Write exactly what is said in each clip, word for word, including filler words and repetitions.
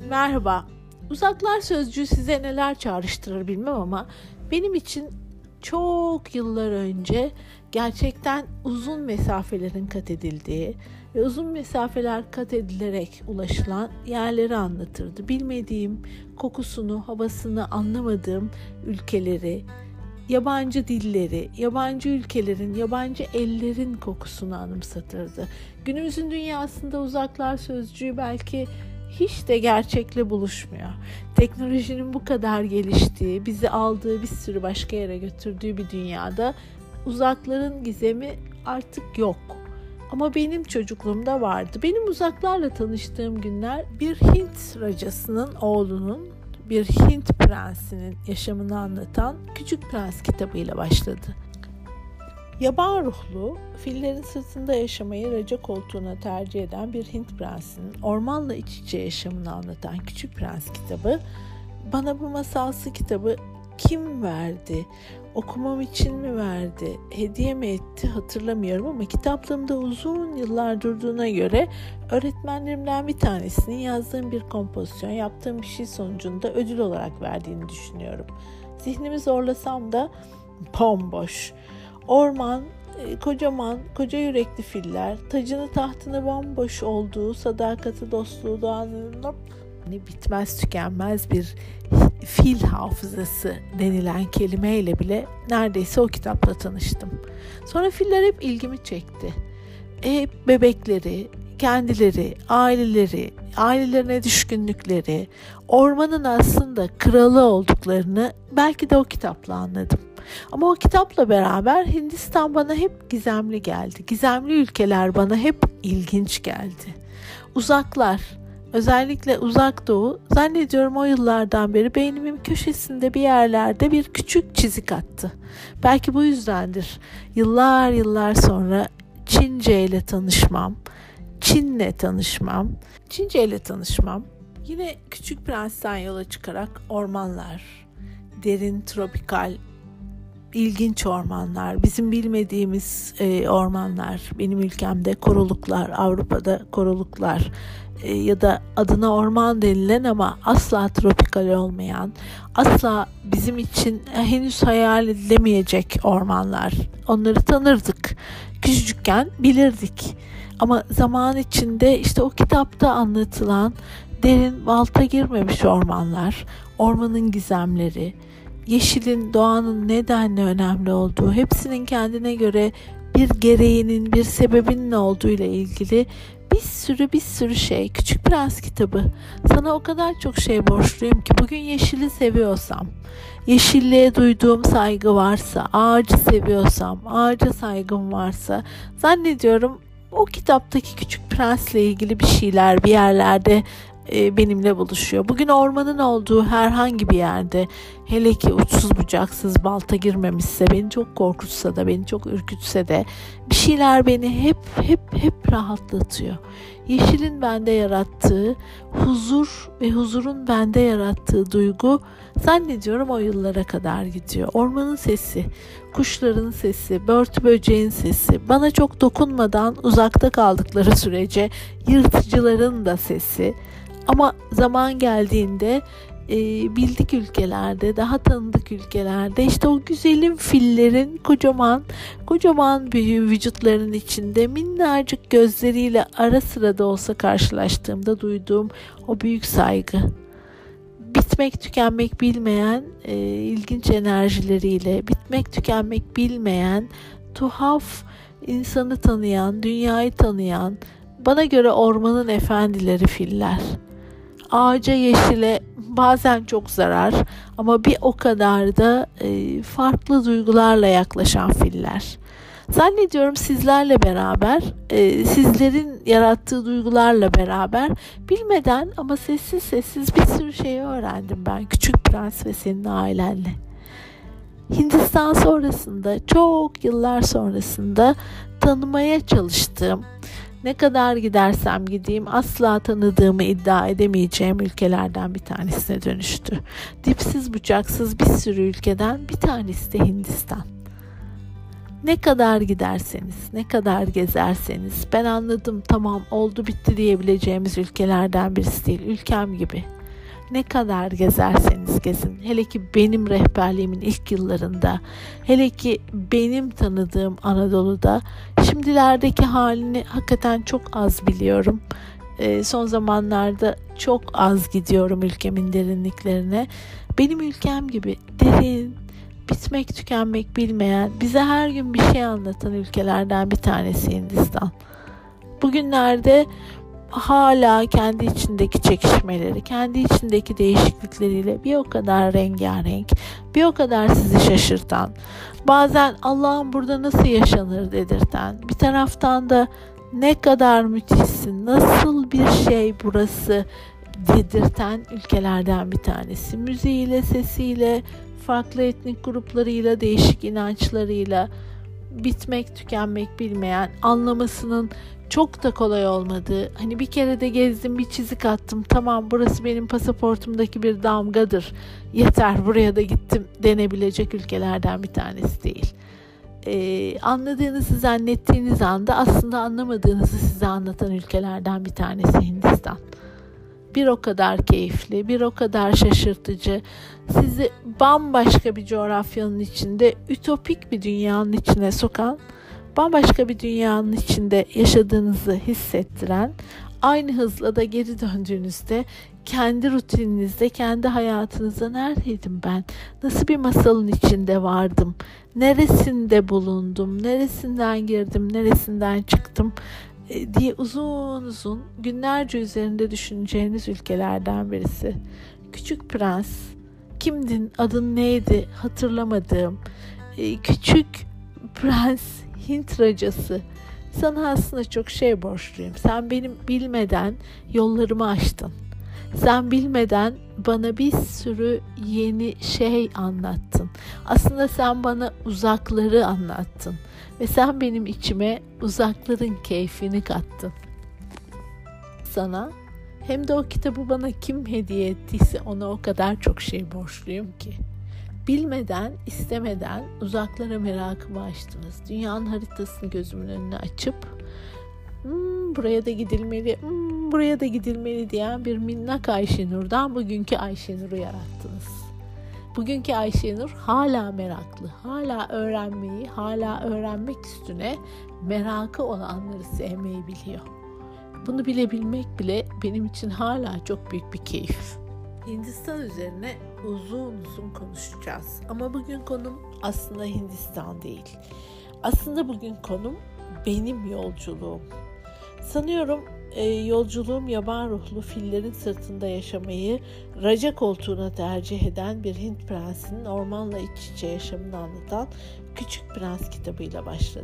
Merhaba. Uzaklar sözcüğü size neler çağrıştırır bilmem ama benim için çok yıllar önce gerçekten uzun mesafelerin kat edildiği ve uzun mesafeler kat edilerek ulaşılan yerleri anlatırdı. Bilmediğim, kokusunu, havasını anlamadığım ülkeleri, yabancı dilleri, yabancı ülkelerin, yabancı ellerin kokusunu anımsatırdı. Günümüzün dünyasında uzaklar sözcüğü belki hiç de gerçekle buluşmuyor. Teknolojinin bu kadar geliştiği, bizi aldığı bir sürü başka yere götürdüğü bir dünyada uzakların gizemi artık yok. Ama benim çocukluğumda vardı. Benim uzaklarla tanıştığım günler bir Hint racasının oğlunun, bir Hint prensinin yaşamını anlatan Küçük Prens kitabıyla başladı. Yaban ruhlu, fillerin sırtında yaşamayı raca koltuğuna tercih eden bir Hint prensinin ormanla iç içe yaşamını anlatan Küçük Prens kitabı, bana bu masalsı kitabı kim verdi, okumam için mi verdi, hediye mi etti hatırlamıyorum ama kitaplığımda uzun yıllar durduğuna göre öğretmenlerimden bir tanesinin yazdığım bir kompozisyon, yaptığım bir şey sonucunda ödül olarak verdiğini düşünüyorum. Zihnimi zorlasam da bomboş. Orman, kocaman, koca yürekli filler, tacını tahtını bomboş olduğu, sadakati, dostluğu, doğanın bitmez tükenmez bir fil hafızası denilen kelimeyle bile neredeyse o kitapla tanıştım. Sonra filler hep ilgimi çekti. Hep bebekleri, kendileri, aileleri, ailelerine düşkünlükleri, ormanın aslında kralı olduklarını belki de o kitapla anladım. Ama o kitapla beraber Hindistan bana hep gizemli geldi. Gizemli ülkeler bana hep ilginç geldi. Uzaklar, özellikle Uzak Doğu, zannediyorum o yıllardan beri beynimin köşesinde bir yerlerde bir küçük çizik attı. Belki bu yüzdendir yıllar yıllar sonra Çince ile tanışmam, Çin'le tanışmam, Çince ile tanışmam, yine Küçük Prens'ten yola çıkarak ormanlar, derin tropikal, İlginç ormanlar, bizim bilmediğimiz e, ormanlar, benim ülkemde koruluklar, Avrupa'da koruluklar e, ya da adına orman denilen ama asla tropikal olmayan, asla bizim için henüz hayal edilemeyecek ormanlar. Onları tanırdık, küçücükken bilirdik ama zaman içinde işte o kitapta anlatılan derin, balta girmemiş ormanlar, ormanın gizemleri, yeşilin, doğanın nedenle önemli olduğu, hepsinin kendine göre bir gereğinin, bir sebebinin olduğu ile ilgili bir sürü bir sürü şey. Küçük Prens kitabı. Sana o kadar çok şey borçluyum ki bugün yeşili seviyorsam, yeşilliğe duyduğum saygı varsa, ağacı seviyorsam, ağaca saygım varsa, zannediyorum o kitaptaki Küçük Prens'le ilgili bir şeyler bir yerlerde benimle buluşuyor. Bugün ormanın olduğu herhangi bir yerde, hele ki uçsuz bucaksız balta girmemişse, beni çok korkutsa da, beni çok ürkütse de bir şeyler beni hep hep hep rahatlatıyor. Yeşilin bende yarattığı huzur ve huzurun bende yarattığı duygu zannediyorum o yıllara kadar gidiyor. Ormanın sesi, kuşların sesi, börtü böceğin sesi, bana çok dokunmadan uzakta kaldıkları sürece yırtıcıların da sesi. Ama zaman geldiğinde e, bildik ülkelerde, daha tanıdık ülkelerde işte o güzelim fillerin kocaman, kocaman büyük vücutlarının içinde minnacık gözleriyle ara sıra da olsa karşılaştığımda duyduğum o büyük saygı. Bitmek tükenmek bilmeyen e, ilginç enerjileriyle, bitmek tükenmek bilmeyen tuhaf insanı tanıyan, dünyayı tanıyan, bana göre ormanın efendileri filler. Ağaca, yeşile bazen çok zarar ama bir o kadar da e, farklı duygularla yaklaşan filler. Zannediyorum sizlerle beraber, e, sizlerin yarattığı duygularla beraber bilmeden ama sessiz sessiz bir sürü şey öğrendim ben Küçük Prens ve senin ailenle. Hindistan sonrasında, çok yıllar sonrasında tanımaya çalıştığım, ne kadar gidersem gideyim asla tanıdığımı iddia edemeyeceğim ülkelerden bir tanesine dönüştü. Dipsiz bucaksız bir sürü ülkeden bir tanesi de Hindistan. Ne kadar giderseniz, ne kadar gezerseniz ben anladım, tamam oldu bitti diyebileceğimiz ülkelerden birisi değil. Ülkem gibi. Ne kadar gezerseniz gezin, hele ki benim rehberliğimin ilk yıllarında, hele ki benim tanıdığım Anadolu'da, şimdilerdeki halini hakikaten çok az biliyorum. E, son zamanlarda çok az gidiyorum ülkemin derinliklerine. Benim ülkem gibi derin, bitmek tükenmek bilmeyen, bize her gün bir şey anlatan ülkelerden bir tanesi Hindistan. Bugünlerde hala kendi içindeki çekişmeleri, kendi içindeki değişiklikleriyle bir o kadar rengarenk, bir o kadar sizi şaşırtan, bazen Allah'ım burada nasıl yaşanır dedirten, bir taraftan da ne kadar müthişsin, nasıl bir şey burası dedirten ülkelerden bir tanesi. Müziğiyle, sesiyle, farklı etnik gruplarıyla, değişik inançlarıyla, bitmek tükenmek bilmeyen, anlamasının çok da kolay olmadığı, hani bir kere de gezdim, bir çizik attım, tamam burası benim pasaportumdaki bir damgadır, yeter buraya da gittim denebilecek ülkelerden bir tanesi değil. Ee, anladığınızı zannettiğiniz anda aslında anlamadığınızı size anlatan ülkelerden bir tanesi Hindistan. Bir o kadar keyifli, bir o kadar şaşırtıcı, sizi bambaşka bir coğrafyanın içinde, ütopik bir dünyanın içine sokan, bambaşka bir dünyanın içinde yaşadığınızı hissettiren, aynı hızla da geri döndüğünüzde kendi rutininizde, kendi hayatınızda neredeydim ben? Nasıl bir masalın içinde vardım? Neresinde bulundum? Neresinden girdim? Neresinden çıktım? diye uzun uzun günlerce üzerinde düşüneceğiniz ülkelerden birisi. Küçük Prens, kimdin, adın neydi hatırlamadığım Küçük Prens Hint racası. Sana aslında çok şey borçluyum. Sen benim bilmeden yollarımı açtın. Sen bilmeden bana bir sürü yeni şey anlattın. Aslında sen bana uzakları anlattın. Ve sen benim içime uzakların keyfini kattın. Sana hem de o kitabı bana kim hediye ettiyse ona o kadar çok şey borçluyum ki. Bilmeden, istemeden uzaklara merakımı açtınız. Dünyanın haritasını gözümün önüne açıp hmm, buraya da gidilmeli, hmm, buraya da gidilmeli diyen bir minnak Ayşenur'dan bugünkü Ayşenur'u yarattınız. Bugünkü Ayşenur hala meraklı, hala öğrenmeyi, hala öğrenmek üstüne merakı olanları sevmeyi biliyor. Bunu bilebilmek bile benim için hala çok büyük bir keyif. Hindistan üzerine uzun uzun konuşacağız. Ama bugün konum aslında Hindistan değil. Aslında bugün konum benim yolculuğum. Sanıyorum e, yolculuğum yaban ruhlu fillerin sırtında yaşamayı raca koltuğuna tercih eden bir Hint prensinin ormanla iç içe yaşamını anlatan Küçük Prens kitabıyla başladı.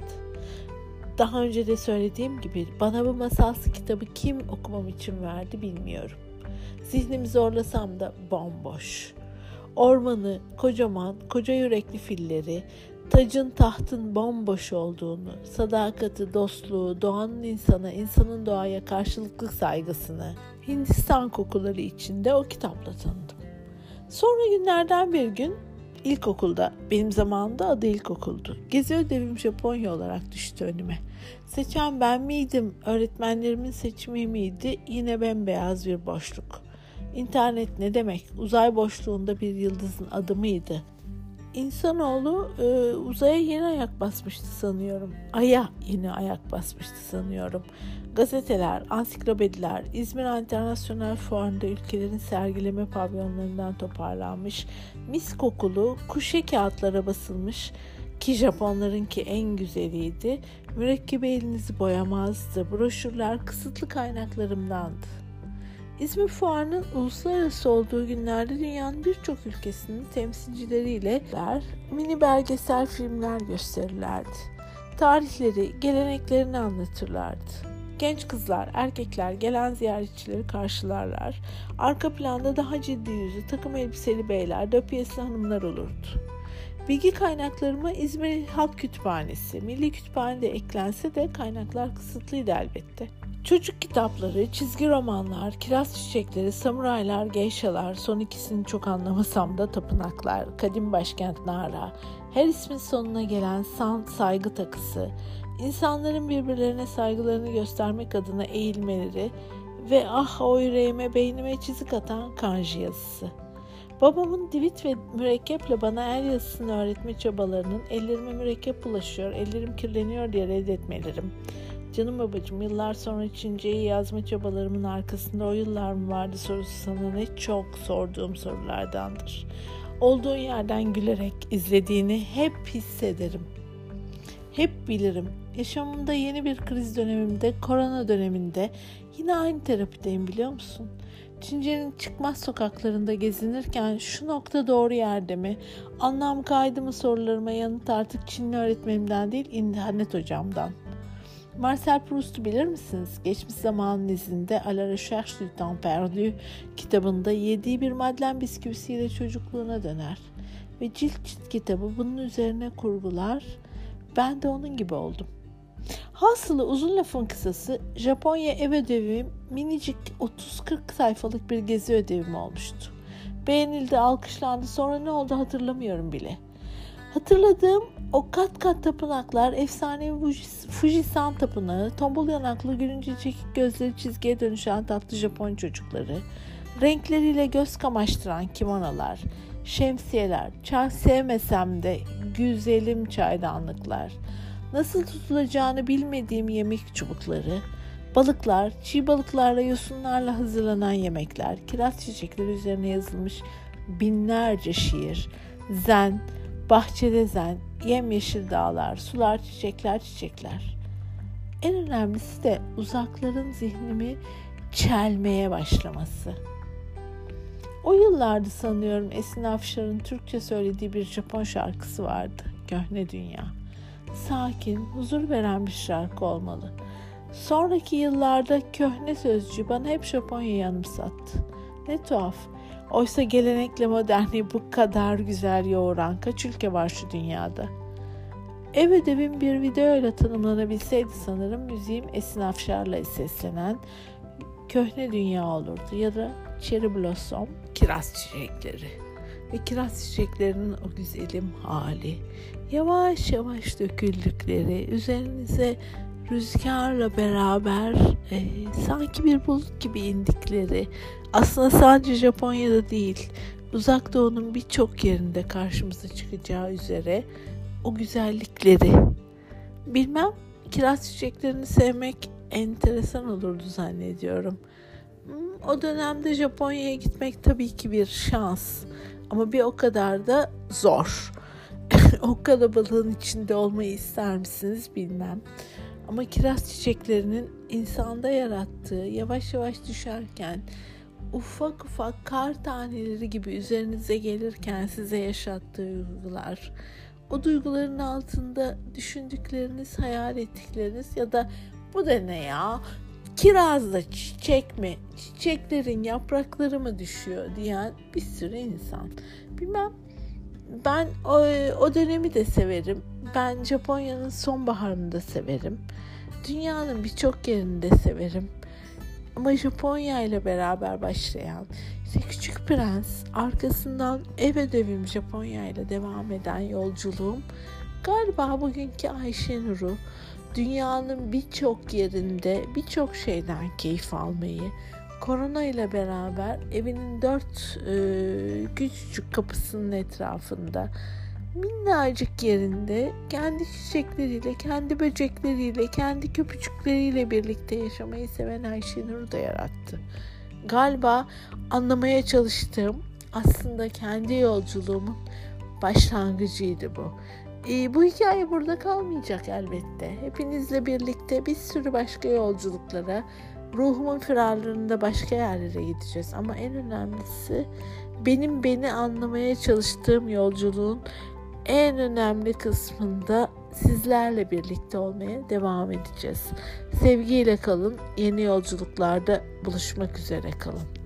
Daha önce de söylediğim gibi bana bu masalsı kitabı kim okumam için verdi bilmiyorum. Zihnimi zorlasam da bomboş. Ormanı, kocaman, koca yürekli filleri, tacın tahtın bomboş olduğunu, sadakati, dostluğu, doğanın insana, insanın doğaya karşılıklı saygısını, Hindistan kokuları içinde o kitapla tanıdım. Sonra günlerden bir gün ilkokulda, benim zamanımda adı ilkokuldu. Gezi ödevim Japonya olarak düştü önüme. Seçen ben miydim, öğretmenlerimin seçimi miydi, yine bembeyaz bir boşluk. İnternet ne demek? Uzay boşluğunda bir yıldızın adı mıydı? İnsanoğlu e, uzaya yeni ayak basmıştı sanıyorum. Ay'a yeni ayak basmıştı sanıyorum. Gazeteler, ansiklopediler, İzmir Internasyonel Fuarı'nda ülkelerin sergileme pavyonlarından toparlanmış, mis kokulu kuşe kağıtlara basılmış ki Japonlarınki en güzeliydi. Mürekkebi elinizi boyamazdı. Broşürler kısıtlı kaynaklarımdandı. İzmir Fuarı'nın uluslararası olduğu günlerde dünyanın birçok ülkesinin temsilcileriyle mini belgesel filmler gösterirlerdi. Tarihleri, geleneklerini anlatırlardı. Genç kızlar, erkekler gelen ziyaretçileri karşılarlar. Arka planda daha ciddi yüzlü takım elbiseli beyler, döpiyesli hanımlar olurdu. Bilgi kaynaklarıma İzmir Halk Kütüphanesi, Milli Kütüphane'de eklense de kaynaklar kısıtlıydı elbette. Çocuk kitapları, çizgi romanlar, kiraz çiçekleri, samuraylar, geyşalar, son ikisini çok anlamasam da tapınaklar, kadim başkent Nara, her ismin sonuna gelen sant saygı takısı, insanların birbirlerine saygılarını göstermek adına eğilmeleri ve ah o yüreğime beynime çizik atan kanji yazısı. Babamın divit ve mürekkeple bana el yazısını öğretme çabalarının ellerime mürekkep bulaşıyor, ellerim kirleniyor diye reddetmelerim. Canım babacığım, yıllar sonra Çince'yi yazma çabalarımın arkasında o yıllar mı vardı sorusu sana ne çok sorduğum sorulardandır. Olduğun yerden gülerek izlediğini hep hissederim. Hep bilirim. Yaşamımda yeni bir kriz dönemimde, korona döneminde yine aynı terapideyim, biliyor musun? Çince'nin çıkmaz sokaklarında gezinirken şu nokta doğru yerde mi? Anlam kaydı mı sorularıma yanıt artık Çinli öğretmenimden değil, internet hocamdan. Marcel Proust'u bilir misiniz? Geçmiş zamanın izinde A la recherche du temps perdu kitabında yediği bir Madeleine bisküvisiyle çocukluğuna döner. Ve cilt cilt kitabı bunun üzerine kurgular. Ben de onun gibi oldum. Hasılı uzun lafın kısası, Japonya ev ödevim minicik otuz kırk sayfalık bir gezi ödevim olmuştu. Beğenildi, alkışlandı, sonra ne oldu hatırlamıyorum bile. Hatırladığım o kat kat tapınaklar, efsanevi Fujisan tapınağı, tombul yanaklı, gülünce çekik gözleri çizgiye dönüşen tatlı Japon çocukları, renkleriyle göz kamaştıran kimonolar, şemsiyeler, çay sevmesem de güzelim çaydanlıklar, nasıl tutulacağını bilmediğim yemek çubukları, balıklar, çiğ balıklarla, yosunlarla hazırlanan yemekler, kiraz çiçekleri üzerine yazılmış binlerce şiir, zen, bahçede zen, yemyeşil dağlar, sular, çiçekler, çiçekler. En önemlisi de uzakların zihnimi çelmeye başlaması. O yıllarda sanıyorum Esin Afşar'ın Türkçe söylediği bir Japon şarkısı vardı. Köhne Dünya. Sakin, huzur veren bir şarkı olmalı. Sonraki yıllarda köhne sözcüğü bana hep Japonya'yı anımsattı. Ne tuhaf. Oysa gelenekle moderni bu kadar güzel yoğuran kaç ülke var şu dünyada? Ev ödevim bir videoyla tanımlanabilseydi sanırım müziğim Esin Afşar'la seslenen Köhne Dünya olurdu ya da Cherry Blossom, kiraz çiçekleri. Ve kiraz çiçeklerinin o güzelim hali, yavaş yavaş döküldükleri, üzerinize rüzgarla beraber e, sanki bir bulut gibi indikleri, aslında sadece Japonya'da değil, Uzak Doğu'nun birçok yerinde karşımıza çıkacağı üzere o güzellikleri. Bilmem, kiraz çiçeklerini sevmek enteresan olurdu zannediyorum. O dönemde Japonya'ya gitmek tabii ki bir şans ama bir o kadar da zor. O kalabalığın içinde olmayı ister misiniz bilmem. Ama kiraz çiçeklerinin insanda yarattığı, yavaş yavaş düşerken, ufak ufak kar taneleri gibi üzerinize gelirken size yaşattığı duygular, o duyguların altında düşündükleriniz, hayal ettikleriniz ya da bu da ne ya, kirazda çiçek mi, çiçeklerin yaprakları mı düşüyor diyen bir sürü insan. Bilmem, ben o, o dönemi de severim. Ben Japonya'nın sonbaharını da severim. Dünyanın birçok yerini de severim. Ama Japonya ile beraber başlayan, işte Küçük Prens, arkasından ev ödevim Japonya ile devam eden yolculuğum, galiba bugünkü Ayşenur'u dünyanın birçok yerinde birçok şeyden keyif almayı, korona ile beraber evinin dört e, küçücük kapısının etrafında, minnacık yerinde kendi çiçekleriyle, kendi böcekleriyle, kendi köpücükleriyle birlikte yaşamayı seven Ayşenur'u da yarattı. Galiba anlamaya çalıştığım, aslında kendi yolculuğumun başlangıcıydı bu. Ee, bu hikaye burada kalmayacak elbette. Hepinizle birlikte bir sürü başka yolculuklara, ruhumun firarlarında başka yerlere gideceğiz. Ama en önemlisi benim beni anlamaya çalıştığım yolculuğun en önemli kısmında sizlerle birlikte olmaya devam edeceğiz. Sevgiyle kalın, yeni yolculuklarda buluşmak üzere kalın.